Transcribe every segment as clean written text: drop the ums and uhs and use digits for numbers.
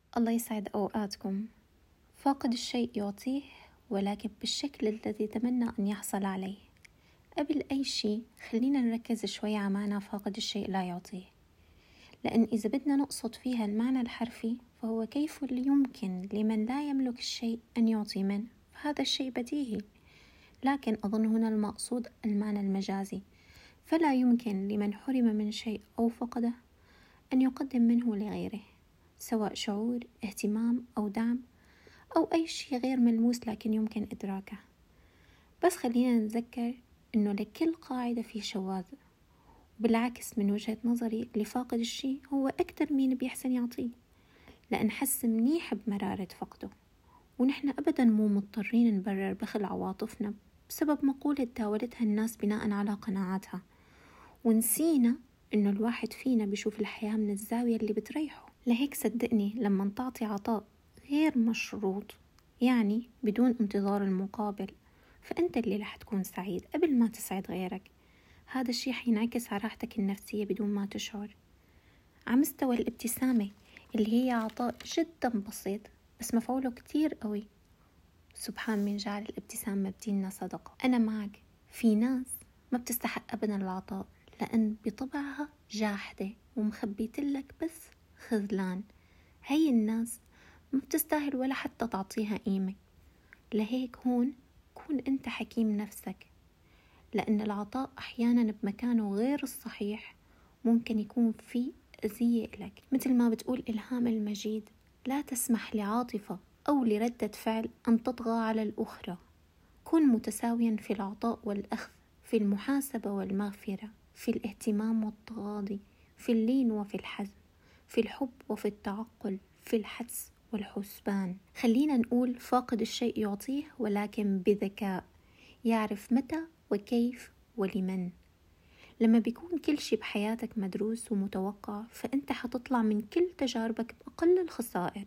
الله يسعد أوقاتكم. فاقد الشيء يعطيه ولكن بالشكل الذي تمنى أن يحصل عليه. قبل أي شيء خلينا نركز شوي على معنى فاقد الشيء لا يعطيه، لأن إذا بدنا نقصد فيها المعنى الحرفي فهو كيف يمكن لمن لا يملك الشيء أن يعطي منه، فهذا الشيء بديهي. لكن أظن هنا المقصود المعنى المجازي، فلا يمكن لمن حرم من شيء أو فقده أن يقدم منه لغيره، سواء شعور، اهتمام أو دعم أو أي شيء غير ملموس لكن يمكن إدراكه. بس خلينا نتذكر إنه لكل قاعدة في شواذ، وبالعكس من وجهة نظري اللي فاقد الشيء هو أكتر مين بيحسن يعطيه، لأن حس منيح بمرارة فقده. ونحن أبدا مو مضطرين نبرر بخل عواطفنا بسبب مقولة داولتها الناس بناء على قناعاتها، ونسينا إنه الواحد فينا بيشوف الحياة من الزاوية اللي بتريحه. لهيك صدقني لما تعطي عطاء غير مشروط، يعني بدون انتظار المقابل، فأنت اللي رح تكون سعيد قبل ما تسعد غيرك. هذا الشيء حينعكس على راحتك النفسية بدون ما تشعر. على مستوى الابتسامة اللي هي عطاء جدا بسيط بس مفعوله كتير قوي. سبحان من جعل الابتسامة بديننا صدقة. أنا معك، في ناس ما بتستحق أبدا العطاء لأن بطبعها جاحدة ومخبيتلك بس خذلان. هاي الناس ما بتستاهل ولا حتى تعطيها قيمة. لهيك هون كون أنت حكيم نفسك، لأن العطاء أحيانا بمكانه غير الصحيح ممكن يكون فيه أذية لك. مثل ما بتقول إلهام المجيد: لا تسمح لعاطفة أو لردة فعل أن تطغى على الأخرى. كن متساويا في العطاء والأخذ، في المحاسبة والمغفرة، في الاهتمام والتغاضي، في اللين وفي الحزم، في الحب وفي التعقل، في الحدس والحسبان. خلينا نقول فاقد الشيء يعطيه ولكن بذكاء، يعرف متى وكيف ولمن. لما بيكون كل شيء بحياتك مدروس ومتوقع، فأنت حتطلع من كل تجاربك بأقل الخسائر.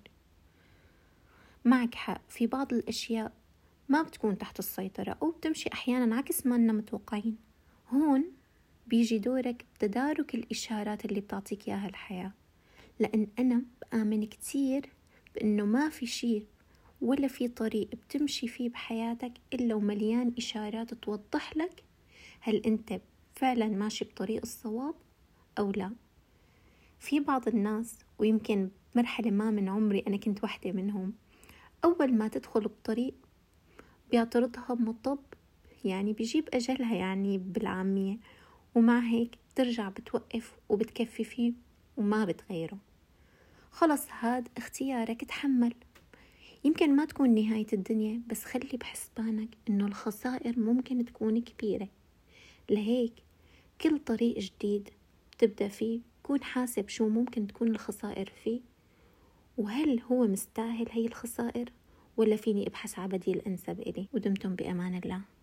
معك حق، في بعض الأشياء ما بتكون تحت السيطرة أو بتمشي أحيانا عكس ما أننا متوقعين. هون بيجي دورك بتدارك الإشارات اللي بتعطيك إياها الحياة، لأن أنا بآمن كتير بأنه ما في شيء ولا في طريق بتمشي فيه بحياتك إلا ومليان إشارات توضح لك هل أنت فعلا ماشي بطريق الصواب أو لا. في بعض الناس، ويمكن مرحلة ما من عمري أنا كنت واحدة منهم، أول ما تدخل بطريق بيعترضها مطب، يعني بيجيب أجلها يعني بالعامية، ومع هيك بترجع بتوقف وبتكفي فيه وما بتغيره. خلص هاد اختيارك، تحمل. يمكن ما تكون نهاية الدنيا، بس خلي بحسبانك إنه الخسائر ممكن تكون كبيرة. لهيك كل طريق جديد بتبدأ فيه كون حاسب شو ممكن تكون الخسائر فيه، وهل هو مستاهل هاي الخسائر، ولا فيني أبحث على بديل أنسب إلي. ودمتم بأمان الله.